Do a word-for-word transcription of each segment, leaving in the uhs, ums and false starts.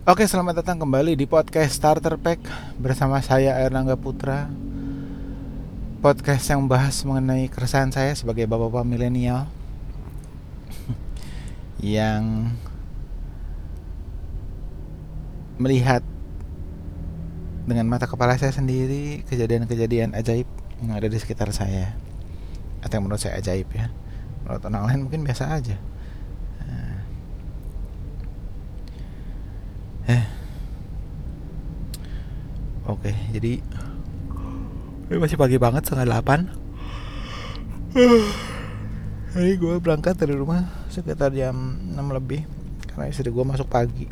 Oke, selamat datang kembali di podcast Starter Pack bersama saya Erlangga Putra. Podcast yang membahas mengenai keresahan saya sebagai bapak-bapak milenial yang melihat dengan mata kepala saya sendiri kejadian-kejadian ajaib yang ada di sekitar saya, atau yang menurut saya ajaib ya. Menurut orang lain mungkin biasa aja. Eh, oke, jadi ini masih pagi banget, setengah delapan. Jadi gue berangkat dari rumah sekitar jam enam lebih karena istri gue masuk pagi.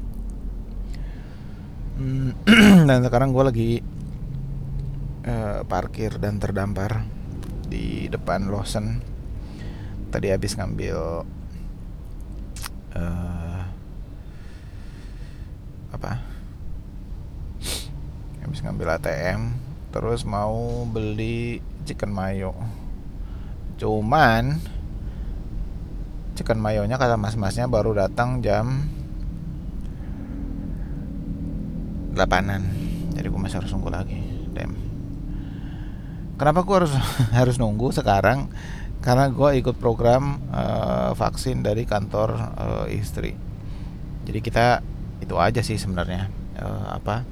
Hmm, dan sekarang gue lagi uh, parkir dan terdampar di depan Lawson. Tadi habis ngambil uh, apa? Habis ngambil A T M, terus mau beli chicken mayo. Cuman chicken mayonya kata mas-masnya baru datang jam delapanan. Jadi gue masih harus nunggu lagi. Damn. Kenapa gue harus harus nunggu sekarang? Karena gue ikut program uh, vaksin dari kantor uh, istri. Jadi kita itu aja sih sebenarnya, uh, apa?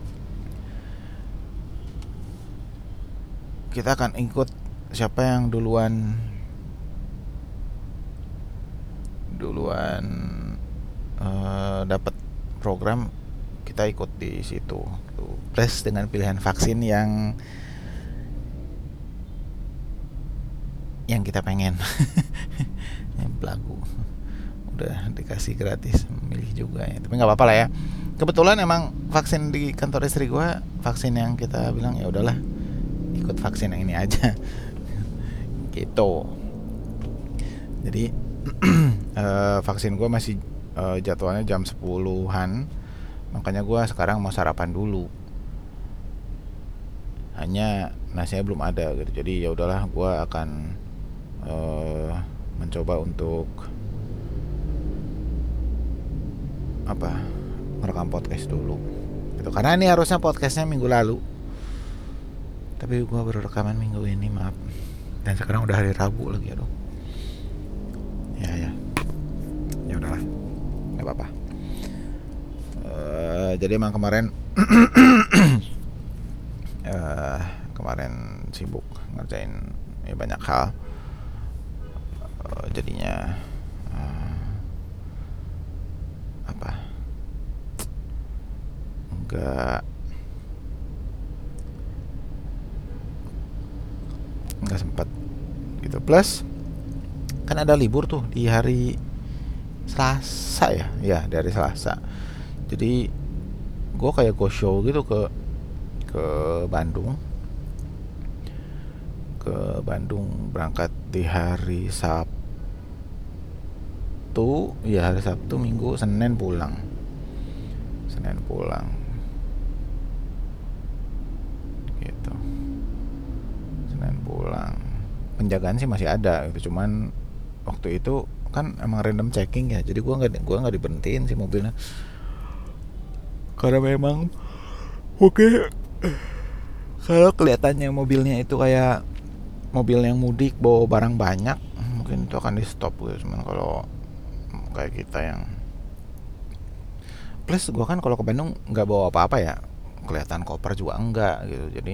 Kita akan ikut siapa yang duluan duluan uh, dapat program, kita ikut di situ. Plus dengan pilihan vaksin yang yang kita pengen. Yang belagu udah dikasih gratis, milih juga ya, tapi nggak apa-apa lah ya. Kebetulan emang vaksin di kantor istri gue vaksin yang kita bilang ya udahlah ikut vaksin yang ini aja. Gitu. Jadi uh, vaksin gue masih uh, jadwalnya jam sepuluhan, makanya gue sekarang mau sarapan dulu. Hanya nasinya belum ada gitu, jadi ya udahlah gue akan uh, mencoba untuk apa merekam podcast dulu itu, karena ini harusnya podcastnya minggu lalu tapi gue baru rekaman minggu ini, maaf. Dan sekarang udah hari Rabu lagi, aduh. Ya ya, ya udahlah, nggak apa-apa. Uh, jadi emang kemarin uh, kemarin sibuk ngerjain ya banyak hal, uh, jadinya uh, apa nggak nggak sempat gitu. Plus kan ada libur tuh di hari Selasa ya, ya dari Selasa. Jadi gue kayak go show gitu ke ke Bandung, ke Bandung berangkat di hari Sabtu, ya hari Sabtu, Minggu, Senin pulang, Senin pulang, gitu. Senin pulang. Penjagaan sih masih ada gitu, cuman waktu itu kan emang random checking ya, jadi gue nggak gue nggak diberhentiin sih mobilnya, karena memang oke okay. Kalau kelihatannya mobilnya itu kayak mobil yang mudik bawa barang banyak, mungkin itu akan di stop gitu. Cuman kalau kayak kita yang plus, gue kan kalau ke Bandung nggak bawa apa-apa ya, kelihatan koper juga enggak gitu, jadi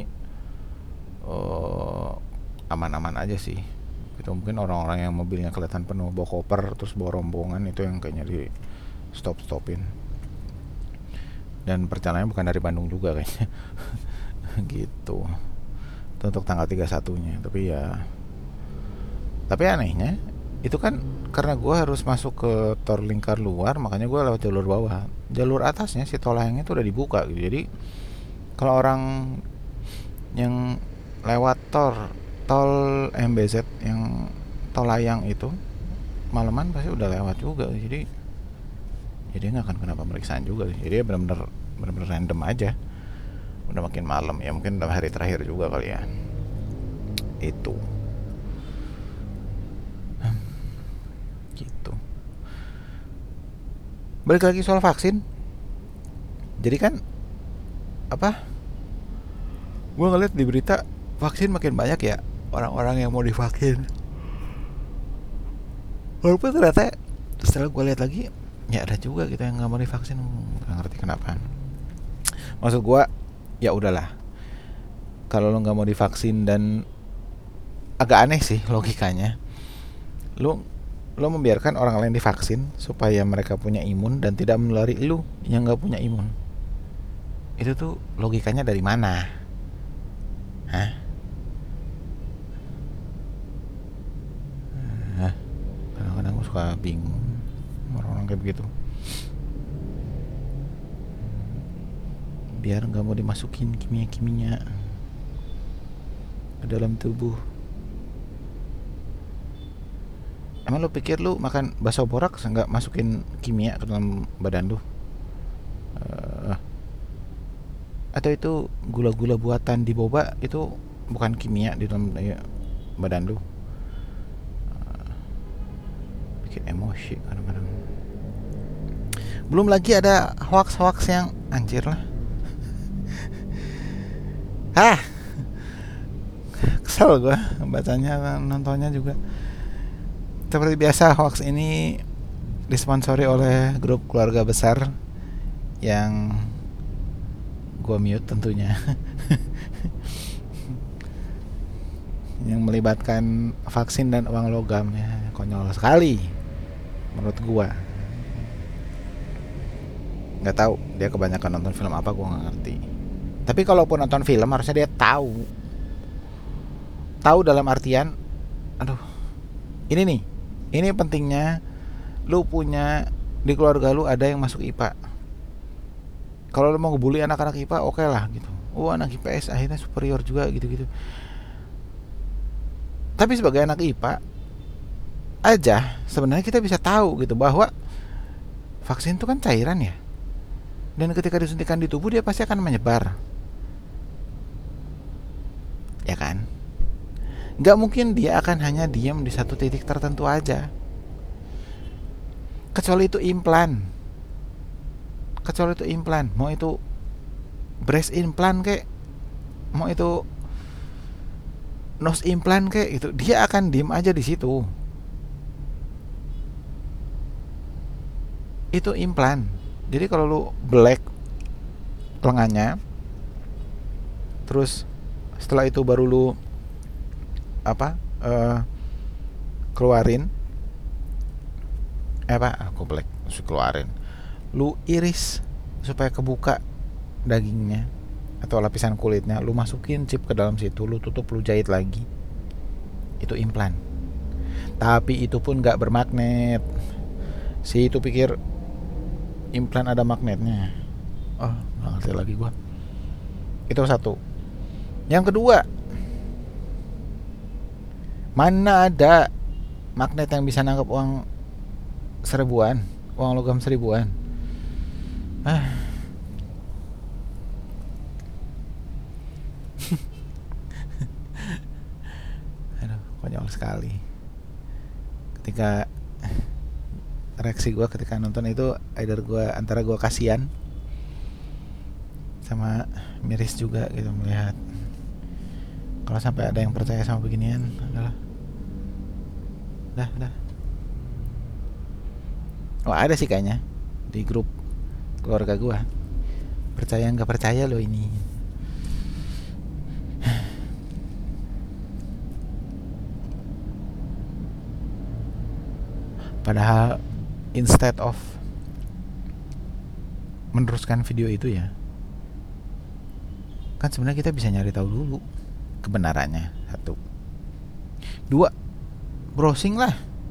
uh, aman-aman aja sih gitu. Mungkin orang-orang yang mobilnya kelihatan penuh bawa koper terus bawa rombongan, itu yang kayaknya di stop stopin. Dan perjalanannya bukan dari Bandung juga kayaknya. Gitu. Itu untuk tanggal tiga puluh satunya. Tapi ya, tapi anehnya itu kan karena gue harus masuk ke tol lingkar luar, makanya gue lewat jalur bawah. Jalur atasnya si tol layangnya itu udah dibuka gitu. Jadi kalau orang yang lewat tol tol M B Z yang tol layang itu malaman pasti udah lewat juga. Jadi jadi nggak akan kena pemeriksaan juga. Jadi ya benar-benar benar-benar random aja. Udah makin malam ya, mungkin udah hari terakhir juga kali ya. Itu gitu. Balik lagi soal vaksin. Jadi kan apa? Gue ngeliat di berita vaksin makin banyak ya orang-orang yang mau divaksin. Walaupun ternyata setelah gue lihat lagi ya ada juga gitu yang nggak mau divaksin, nggak ngerti kenapa. Maksud gue ya udahlah, kalau lo nggak mau divaksin, dan agak aneh sih logikanya, lo lo membiarkan orang lain divaksin supaya mereka punya imun dan tidak menulari lo yang nggak punya imun. Itu tuh logikanya dari mana? Hah? Hah? Kadang-kadang gue suka bingung orang-orang kayak begitu. Biar nggak mau dimasukin kimia-kimia ke dalam tubuh. Emang lo pikir lo makan bakso borak nggak masukin kimia ke dalam badan lo? Uh, atau itu gula-gula buatan di boba itu bukan kimia di dalam ya, badan lo? Uh, bikin emosi kadang-kadang. Belum lagi ada hoax-hoax yang anjir lah. Hah, kesel gue bacanya, nontonnya juga. Seperti biasa, hoax ini disponsori oleh grup keluarga besar yang gue mute tentunya. Yang melibatkan vaksin dan uang logam, ya konyol sekali menurut gue. Nggak tahu dia kebanyakan nonton film apa, gue nggak ngerti. Tapi kalaupun nonton film harusnya dia tahu. Tahu dalam artian, aduh, ini nih, ini pentingnya lu punya di keluarga lu ada yang masuk I P A. Kalau lu mau ngebully anak-anak I P A, oke okay lah gitu. Oh, anak I P S akhirnya superior juga gitu-gitu. Tapi sebagai anak I P A aja sebenarnya kita bisa tahu gitu bahwa vaksin itu kan cairan ya. Dan ketika disuntikan di tubuh dia pasti akan menyebar. Ya kan? Gak mungkin dia akan hanya diam di satu titik tertentu aja. Kecuali itu implan. Kecuali itu implan. Mau itu breast implant kek, mau itu nose implant kek, itu dia akan diem aja di situ. Itu implan. Jadi kalau lu black lengannya, terus setelah itu baru lu apa uh, keluarin eh apa aku black terus keluarin, lu iris supaya kebuka dagingnya atau lapisan kulitnya, lu masukin chip ke dalam situ, lu tutup, lu jahit lagi, itu implan. Tapi itu pun gak bermagnet. Si itu pikir implan ada magnetnya. Oh, gak ngerti lagi gua. Itu satu. Yang kedua, mana ada magnet yang bisa nangkep uang seribuan, uang logam seribuan? Ah. Aduh, konyol sekali. Ketika reaksi gue ketika nonton itu, either gue antara gue kasihan sama miris juga gitu melihat kalau sampai ada yang percaya sama beginian. Adalah dah dah oh ada sih kayaknya di grup keluarga gue, percaya nggak percaya lo ini. Padahal instead of meneruskan video itu ya, kan sebenarnya kita bisa nyari tahu dulu kebenarannya. Satu, dua, browsing lah.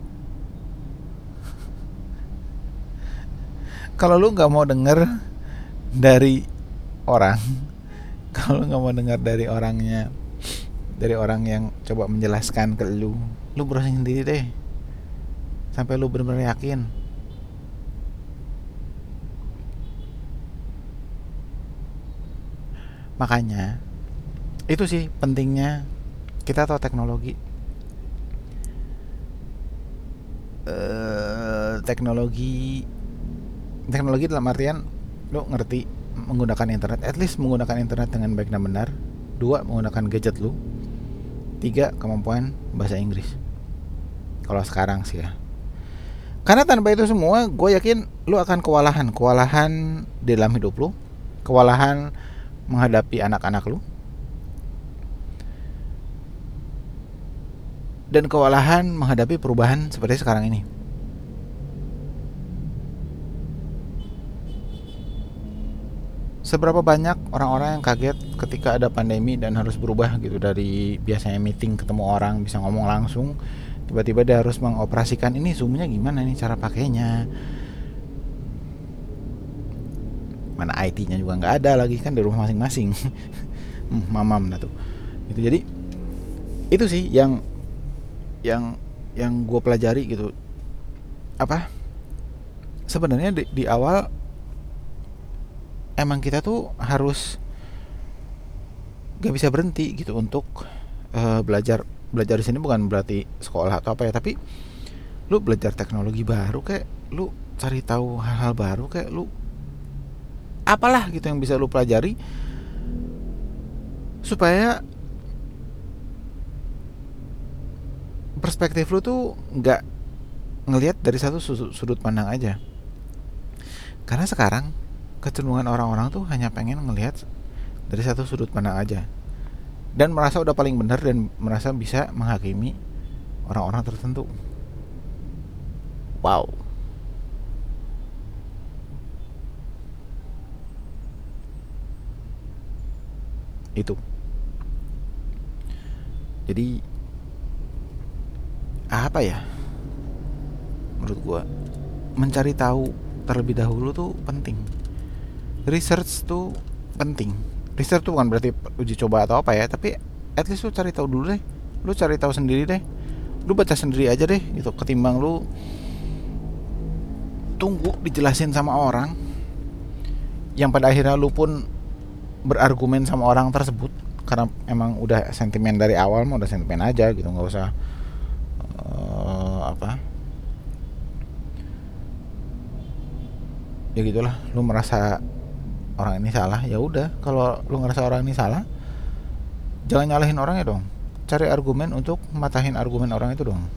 Kalau lu nggak mau denger dari orang, kalau nggak mau dengar dari orangnya, dari orang yang coba menjelaskan ke lu, lu browsing sendiri deh sampai lu benar-benar yakin. Makanya itu sih pentingnya kita tahu teknologi. Uh, teknologi teknologi dalam artian lu ngerti menggunakan internet, at least menggunakan internet dengan baik dan benar. Dua, menggunakan gadget lu. Tiga, kemampuan bahasa Inggris. Kalau sekarang sih ya. Karena tanpa itu semua, gue yakin lu akan kewalahan, kewalahan di dalam hidup lu, kewalahan menghadapi anak-anak lu, dan kewalahan menghadapi perubahan seperti sekarang ini. Seberapa banyak orang-orang yang kaget ketika ada pandemi dan harus berubah gitu, dari biasanya meeting ketemu orang bisa ngomong langsung, tiba-tiba dia harus mengoperasikan ini Zoom-nya gimana nih cara pakainya. Mana I T-nya juga nggak ada lagi kan di rumah masing-masing. Mamam dah tuh. Itu jadi itu sih yang yang yang gue pelajari gitu. Apa? Sebenarnya di, di awal emang kita tuh harus gak bisa berhenti gitu untuk uh, belajar belajar di sini, bukan berarti sekolah atau apa ya, tapi lu belajar teknologi baru, kayak lu cari tahu hal-hal baru, kayak lu apalah gitu yang bisa lu pelajari supaya perspektif lu tuh nggak ngelihat dari satu sudut pandang aja. Karena sekarang kecenderungan orang-orang tuh hanya pengen ngelihat dari satu sudut pandang aja dan merasa udah paling benar dan merasa bisa menghakimi orang-orang tertentu. Wow. Itu. Jadi apa ya? Menurut gua mencari tahu terlebih dahulu tuh penting. Research tuh penting. Research tuh bukan berarti uji coba atau apa ya, tapi at least lu cari tahu dulu deh. Lu cari tahu sendiri deh. Lu baca sendiri aja deh gitu, ketimbang lu tunggu dijelasin sama orang yang pada akhirnya lu pun berargumen sama orang tersebut karena emang udah sentimen dari awal, mah udah sentimen aja gitu, nggak usah uh, apa ya gitulah. Lu merasa orang ini salah, ya udah, kalau lu ngerasa orang ini salah, jangan nyalahin orangnya dong, cari argumen untuk matahin argumen orang itu dong.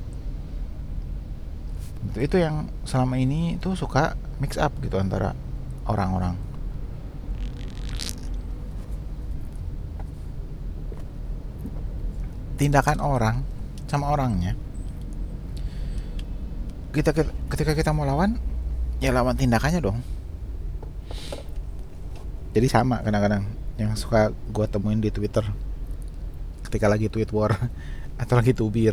Itu yang selama ini tuh suka mix up gitu antara orang-orang. Tindakan orang sama orangnya. Kita ketika kita mau lawan, ya lawan tindakannya dong. Jadi sama kadang-kadang yang suka gue temuin di Twitter ketika lagi tweet war atau lagi tubir.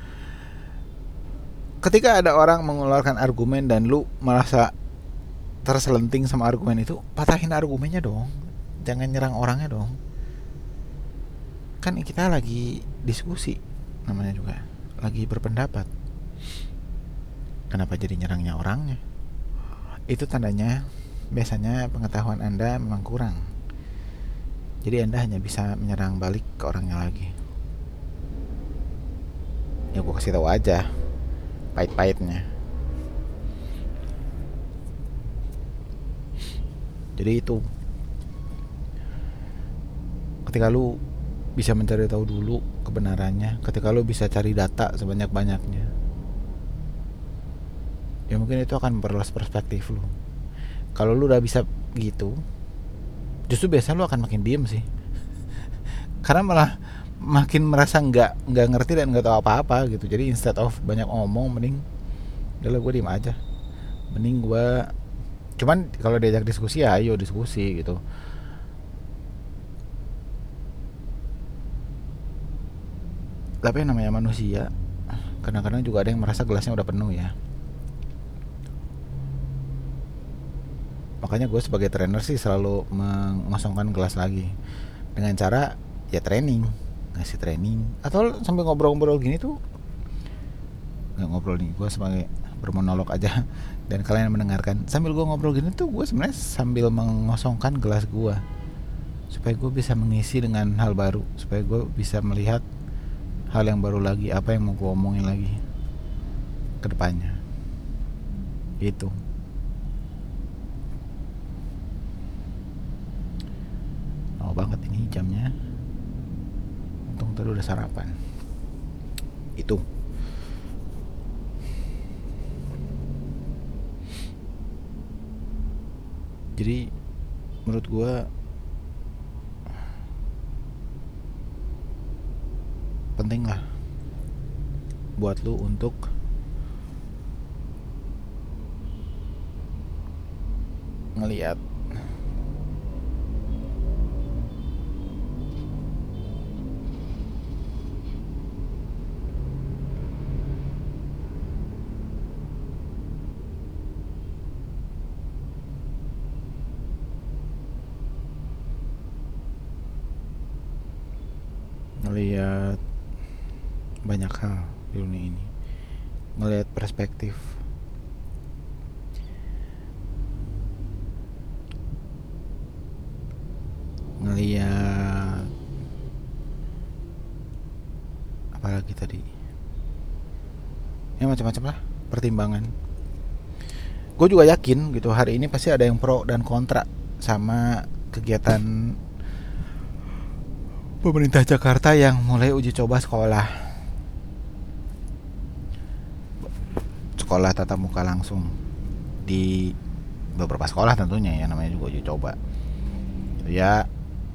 Ketika ada orang mengeluarkan argumen dan lu merasa terselenting sama argumen itu, patahin argumennya dong. Jangan nyerang orangnya dong. Kan kita lagi diskusi, namanya juga lagi berpendapat. Kenapa jadi nyerangnya orangnya? Itu tandanya biasanya pengetahuan Anda memang kurang. Jadi Anda hanya bisa menyerang balik ke orangnya lagi. Ya gue kasih tahu aja pahit-pahitnya. Jadi itu, ketika lu bisa mencari tahu dulu kebenarannya, ketika lu bisa cari data sebanyak-banyaknya, ya mungkin itu akan memperluas perspektif lu. Kalau lu udah bisa gitu, justru biasanya lu akan makin diem sih. Karena malah makin merasa nggak nggak ngerti dan nggak tahu apa-apa gitu. Jadi instead of banyak ngomong, mending udah gue diem aja. Mending gue, cuman kalau diajak diskusi ya ayo diskusi gitu. Tapi yang namanya manusia, kadang-kadang juga ada yang merasa gelasnya udah penuh ya. Makanya gue sebagai trainer sih selalu mengosongkan gelas lagi dengan cara ya training, ngasih training, atau sambil ngobrol-ngobrol gini tuh, nggak ngobrol nih, gue sebagai bermonolog aja dan kalian mendengarkan sambil gue ngobrol gini tuh, gue sebenarnya sambil mengosongkan gelas gue supaya gue bisa mengisi dengan hal baru, supaya gue bisa melihat hal yang baru lagi, apa yang mau gue omongin lagi ke depannya gitu. banget ini jamnya. Untung tadi udah sarapan. Itu. Jadi menurut gue penting lah buat lu untuk ngelihat ngelihat banyak hal di dunia ini, ngelihat perspektif, ngelihat apa lagi tadi ya, macam-macam lah pertimbangan. Gue juga yakin gitu hari ini pasti ada yang pro dan kontra sama kegiatan pemerintah Jakarta yang mulai uji coba sekolah sekolah tatap muka langsung di beberapa sekolah tentunya ya, namanya juga uji coba ya.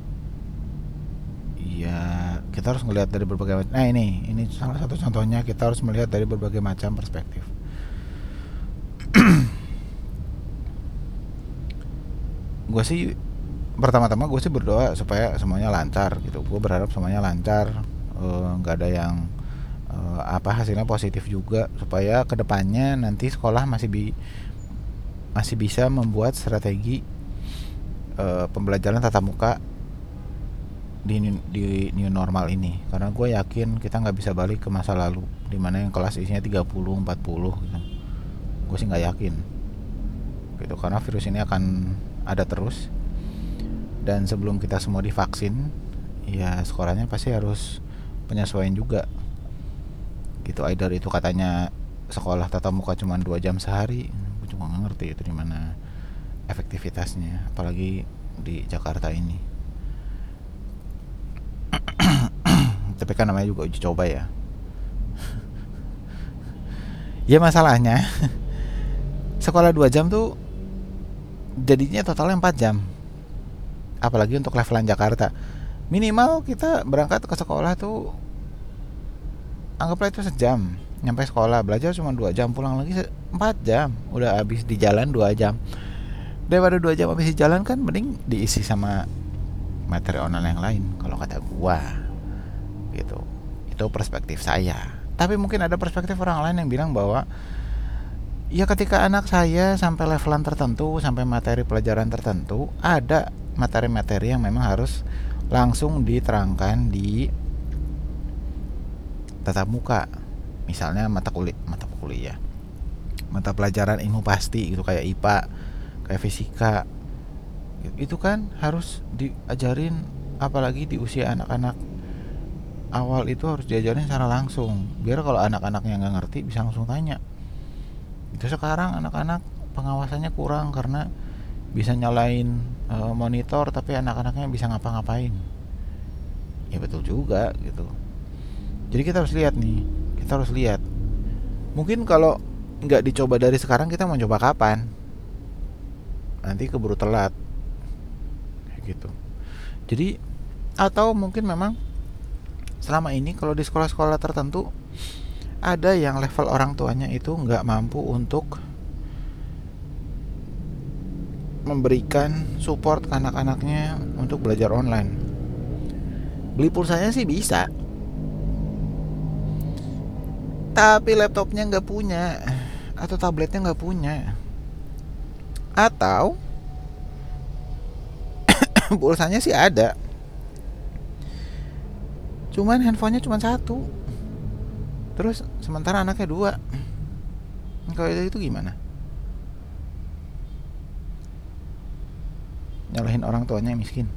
Ya kita harus melihat dari berbagai macam. Nah ini ini salah satu contohnya, kita harus melihat dari berbagai macam perspektif. Gue sih pertama-tama gue sih berdoa supaya semuanya lancar gitu. Gue berharap semuanya lancar, nggak uh, ada yang uh, apa hasilnya positif juga, supaya kedepannya nanti sekolah masih bi masih bisa membuat strategi uh, pembelajaran tatap muka di, di new normal ini. Karena gue yakin kita nggak bisa balik ke masa lalu dimana yang kelas isinya tiga puluh empat puluh gitu. Gue sih nggak yakin gitu, karena virus ini akan ada terus. Dan sebelum kita semua divaksin, ya sekolahnya pasti harus penyesuaian juga gitu. Either itu katanya sekolah tatap muka cuma dua jam sehari, gue juga nggak ngerti itu di mana efektivitasnya, apalagi di Jakarta ini. Tapi kan namanya juga uji coba ya. Ya masalahnya sekolah dua jam tuh jadinya totalnya empat jam. Apalagi untuk levelan Jakarta. Minimal kita berangkat ke sekolah tuh anggaplah itu sejam. Nyampe sekolah belajar cuma dua jam, pulang lagi empat jam. Udah habis di jalan dua jam. Daripada dua jam habis di jalan kan mending diisi sama materi online yang lain kalau kata gua. Gitu. Itu perspektif saya. Tapi mungkin ada perspektif orang lain yang bilang bahwa ya ketika anak saya sampai levelan tertentu, sampai materi pelajaran tertentu, ada materi-materi yang memang harus langsung diterangkan di tatap muka. Misalnya mata kuliah, mata kuliah, mata pelajaran ilmu pasti gitu, kayak I P A, kayak fisika. Itu kan harus diajarin, apalagi di usia anak-anak awal itu harus diajarin secara langsung. Biar kalau anak-anaknya nggak ngerti bisa langsung tanya. Itu sekarang anak-anak pengawasannya kurang karena bisa nyalain e, monitor tapi anak-anaknya bisa ngapa-ngapain. Ya betul juga gitu. Jadi kita harus lihat nih, kita harus lihat. Mungkin kalau nggak dicoba dari sekarang, kita mau coba kapan? Nanti keburu telat. Kayak gitu. Jadi atau mungkin memang selama ini kalau di sekolah-sekolah tertentu ada yang level orang tuanya itu nggak mampu untuk memberikan support ke anak-anaknya untuk belajar online. Beli pulsanya sih bisa, tapi laptopnya nggak punya atau tabletnya nggak punya, atau pulsanya sih ada, cuman handphonenya cuma satu, terus sementara anaknya dua. Kalau itu gimana? Nyalahin orang tuanya yang miskin,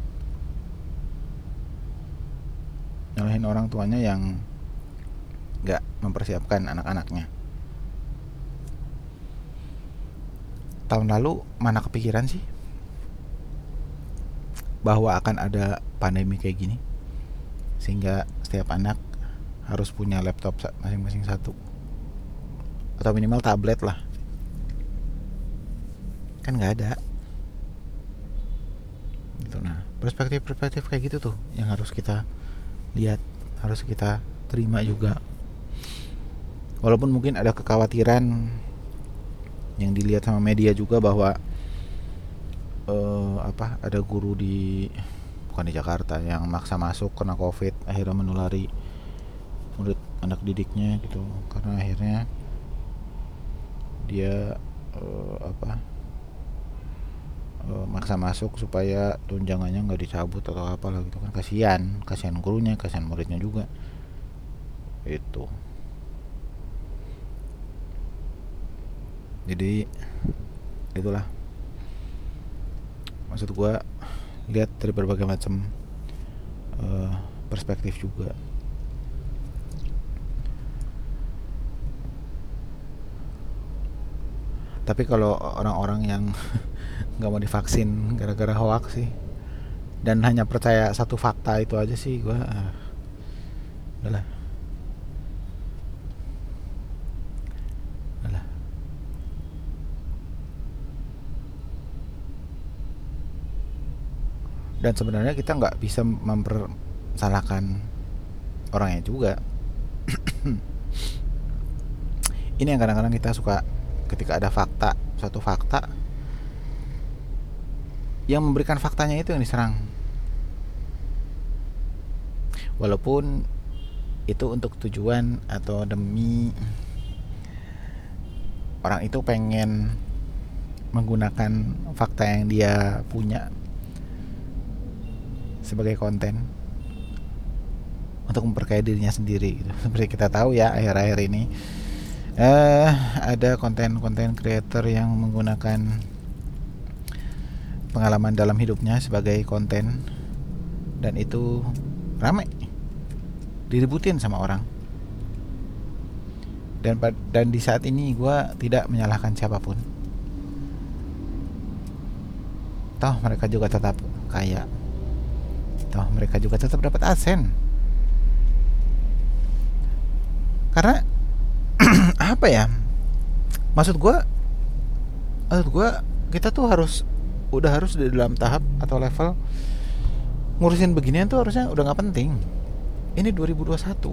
nyalahin orang tuanya yang nggak mempersiapkan anak-anaknya. Tahun lalu mana kepikiran sih bahwa akan ada pandemi kayak gini, sehingga setiap anak harus punya laptop masing-masing satu atau minimal tablet lah. Kan nggak ada gitu. Nah, perspektif-perspektif kayak gitu tuh yang harus kita lihat, harus kita terima juga. Walaupun mungkin ada kekhawatiran yang dilihat sama media juga bahwa uh, apa ada guru di bukan di Jakarta yang maksa masuk kena covid, akhirnya menulari murid anak didiknya gitu, karena akhirnya dia uh, apa uh, maksa masuk supaya tunjangannya nggak dicabut atau apalah gitu kan. Kasihan, kasihan gurunya, kasihan muridnya juga itu. Jadi itulah maksud gue, lihat dari berbagai macam uh, perspektif juga. Tapi kalau orang-orang yang nggak mau divaksin gara-gara hoax sih, dan hanya percaya satu fakta itu aja sih, gue uh, udahlah udahlah dan sebenarnya kita nggak bisa mempersalahkan orangnya juga. Ini yang kadang-kadang kita suka, ketika ada fakta, suatu fakta, yang memberikan faktanya itu yang diserang, walaupun itu untuk tujuan atau demi orang itu pengen menggunakan fakta yang dia punya sebagai konten untuk memperkaya dirinya sendiri gitu. Seperti kita tahu ya, akhir-akhir ini eh ada konten-konten creator yang menggunakan pengalaman dalam hidupnya sebagai konten, dan itu ramai diributin sama orang. Dan dan di saat ini gue tidak menyalahkan siapapun. Toh mereka juga tetap kaya, toh mereka juga tetap dapat asen. Karena apa ya? Maksud gue, maksud gue kita tuh harus udah harus di dalam tahap atau level ngurusin beginian tuh harusnya udah nggak penting. Ini dua ribu dua puluh satu,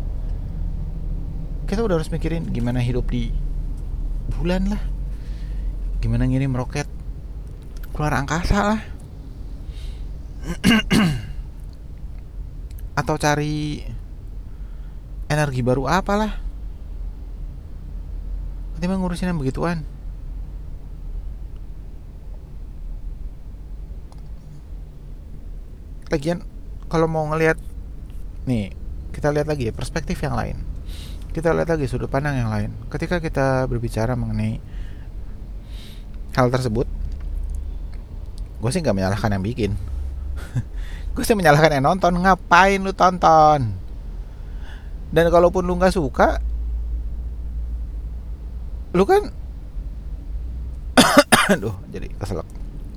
kita udah harus mikirin gimana hidup di bulan lah, gimana ngirim roket keluar angkasa lah, atau cari energi baru apalah, ketimbang ngurusin yang begituan. Lagian kalau mau ngelihat nih, kita lihat lagi ya perspektif yang lain, kita lihat lagi sudut pandang yang lain. Ketika kita berbicara mengenai hal tersebut, gue sih nggak menyalahkan yang bikin. Gue sih menyalahkan yang nonton. Ngapain lu tonton? Dan kalaupun lu nggak suka, lu kan aduh jadi keselak,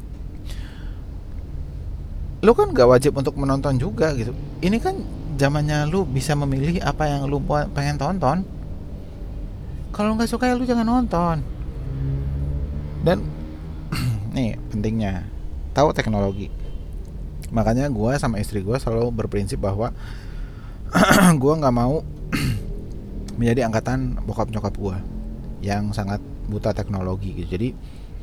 lu kan gak wajib untuk menonton juga gitu. Ini kan zamannya lu bisa memilih apa yang lu pengen tonton. Kalau nggak suka ya lu jangan nonton. Dan nih pentingnya tahu teknologi. Makanya gue sama istri gue selalu berprinsip bahwa gue nggak mau menjadi angkatan bokap nyokap gue yang sangat buta teknologi gitu. Jadi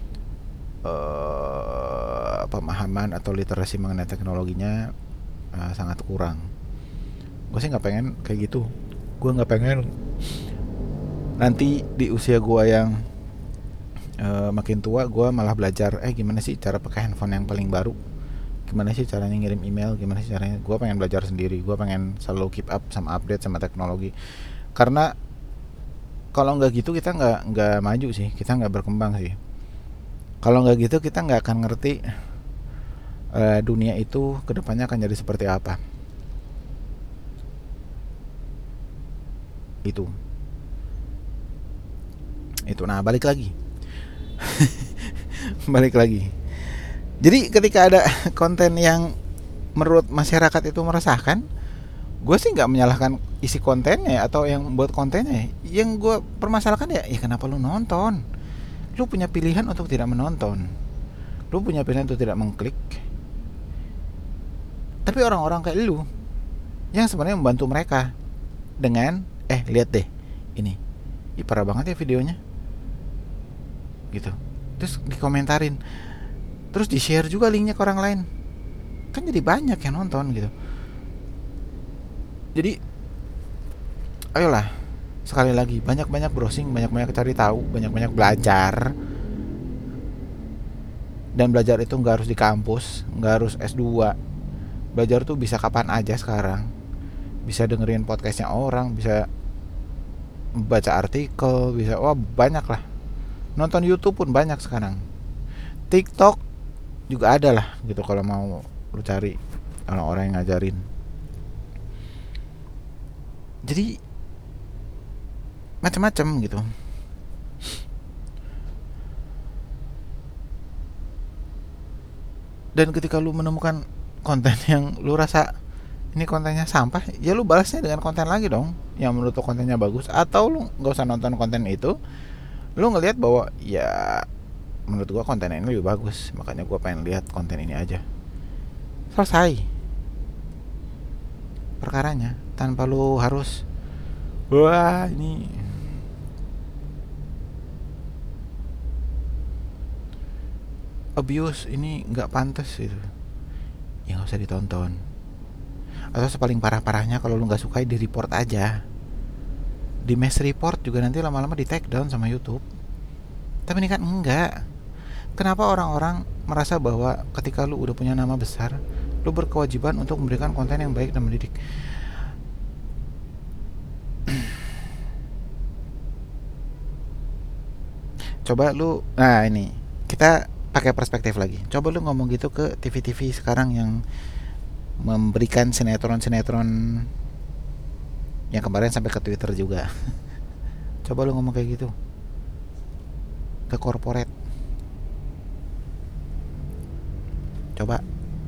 uh, pemahaman atau literasi mengenai teknologinya uh, sangat kurang. Gue sih nggak pengen kayak gitu. Gue nggak pengen nanti di usia gue yang uh, makin tua, gue malah belajar eh gimana sih cara pakai handphone yang paling baru, gimana sih caranya ngirim email, gimana sih caranya. Gue pengen belajar sendiri. Gue pengen selalu keep up sama update sama teknologi. Karena kalau nggak gitu kita nggak nggak maju sih, kita nggak berkembang sih. Kalau nggak gitu kita nggak akan ngerti uh, dunia itu kedepannya akan jadi seperti apa. Itu, itu. Nah balik lagi, balik lagi. Jadi ketika ada konten yang menurut masyarakat itu meresahkan, gue sih nggak menyalahkan isi kontennya atau yang buat kontennya. Yang gue permasalahkan ya, ya kenapa lu nonton? Lu punya pilihan untuk tidak menonton, lu punya pilihan untuk tidak mengklik. Tapi orang-orang kayak lu yang sebenarnya membantu mereka dengan eh lihat deh ini, ih parah banget ya videonya, gitu. Terus dikomentarin, terus di share juga linknya ke orang lain, kan jadi banyak yang nonton gitu. Jadi ayolah, sekali lagi, banyak-banyak browsing, banyak-banyak cari tahu, banyak-banyak belajar. Dan belajar itu nggak harus di kampus, nggak harus S dua. Belajar tuh bisa kapan aja sekarang. Bisa dengerin podcastnya orang, bisa baca artikel, bisa, wah banyak lah. Nonton YouTube pun banyak sekarang. TikTok juga ada lah gitu kalau mau lu cari orang-orang yang ngajarin. Jadi macam-macam gitu. Dan ketika lu menemukan konten yang lu rasa ini kontennya sampah, ya lu balasnya dengan konten lagi dong yang menurut lu kontennya bagus. Atau lu nggak usah nonton konten itu, lu ngelihat bahwa ya menurut gua konten ini lebih bagus, makanya gua pengen lihat konten ini aja. Selesai perkaranya, tanpa lu harus wah ini abuse, ini nggak pantas gitu, ya nggak usah ditonton. Atau sepaling parah-parahnya kalau lu nggak suka di report aja, di mass report juga, nanti lama-lama di take down sama YouTube. Tapi ini kan enggak. Kenapa orang-orang merasa bahwa ketika lu udah punya nama besar, lu berkewajiban untuk memberikan konten yang baik dan mendidik? Coba lu, nah ini kita pakai perspektif lagi. Coba lu ngomong gitu ke T V-T V sekarang yang memberikan sinetron-sinetron yang kemarin sampai ke Twitter juga. Coba lu ngomong kayak gitu ke corporate. Coba.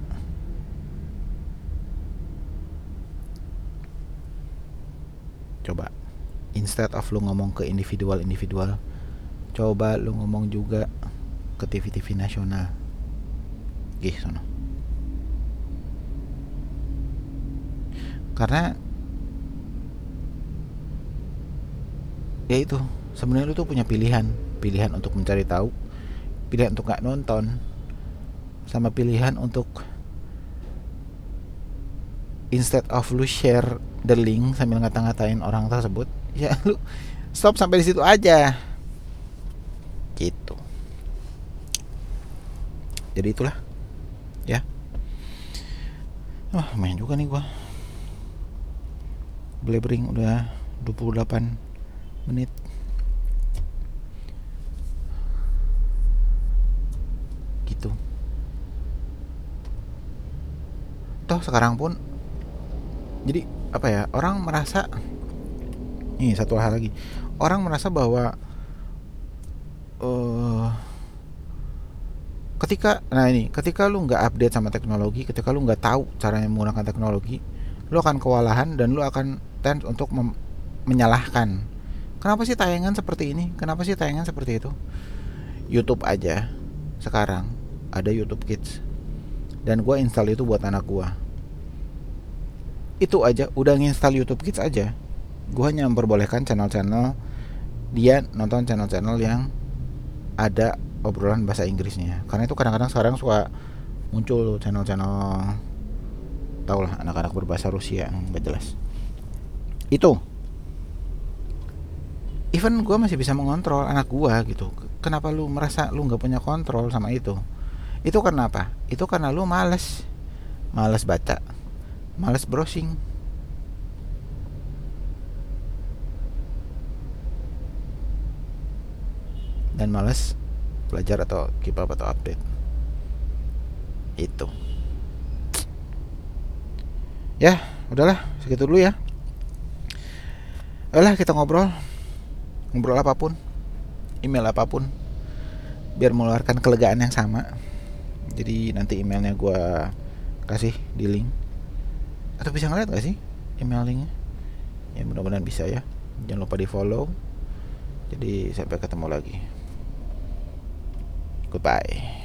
Coba. Instead of lu ngomong ke individual-individual, coba lu ngomong juga ke T V-T V nasional. Gih, sono. Karena ya itu, sebenarnya lu tuh punya pilihan, pilihan untuk mencari tahu, pilihan untuk nggak nonton, sama pilihan untuk instead of lu share the link sambil ngata-ngatain orang tersebut, ya lu stop sampai di situ aja. Gitu. Jadi itulah, ya. Wah, main juga nih gua. Blabbering udah dua puluh delapan menit. Gitu. Toh sekarang pun jadi apa ya, orang merasa nih, satu hal lagi, orang merasa bahwa uh, ketika nah ini ketika lu nggak update sama teknologi, ketika lu nggak tahu caranya menggunakan teknologi, lu akan kewalahan dan lu akan tend untuk mem- menyalahkan. Kenapa sih tayangan seperti ini? Kenapa sih tayangan seperti itu? YouTube aja sekarang ada YouTube Kids, dan gue install itu buat anak gue. Itu aja, udah nginstal YouTube Kids aja, gue hanya memperbolehkan channel-channel dia nonton, channel-channel yang ada obrolan bahasa Inggrisnya. Karena itu kadang-kadang sekarang suka muncul channel-channel, tau lah, anak-anak berbahasa Rusia yang gak jelas. Itu even gue masih bisa mengontrol anak gue gitu. Kenapa lu merasa lu gak punya kontrol sama itu? Itu karena apa? Itu karena lu males Males baca, males browsing, dan males belajar atau keep up atau update. Itu. Ya, udahlah, segitu dulu ya. Ayolah kita ngobrol. Ngobrol apapun, email apapun, biar mengeluarkan kelegaan yang sama. Jadi nanti emailnya gue kasih di link. Atau bisa ngeliat gak sih email linknya? Ya mudah-mudahan bisa ya. Jangan lupa di follow. Jadi sampai ketemu lagi. Goodbye.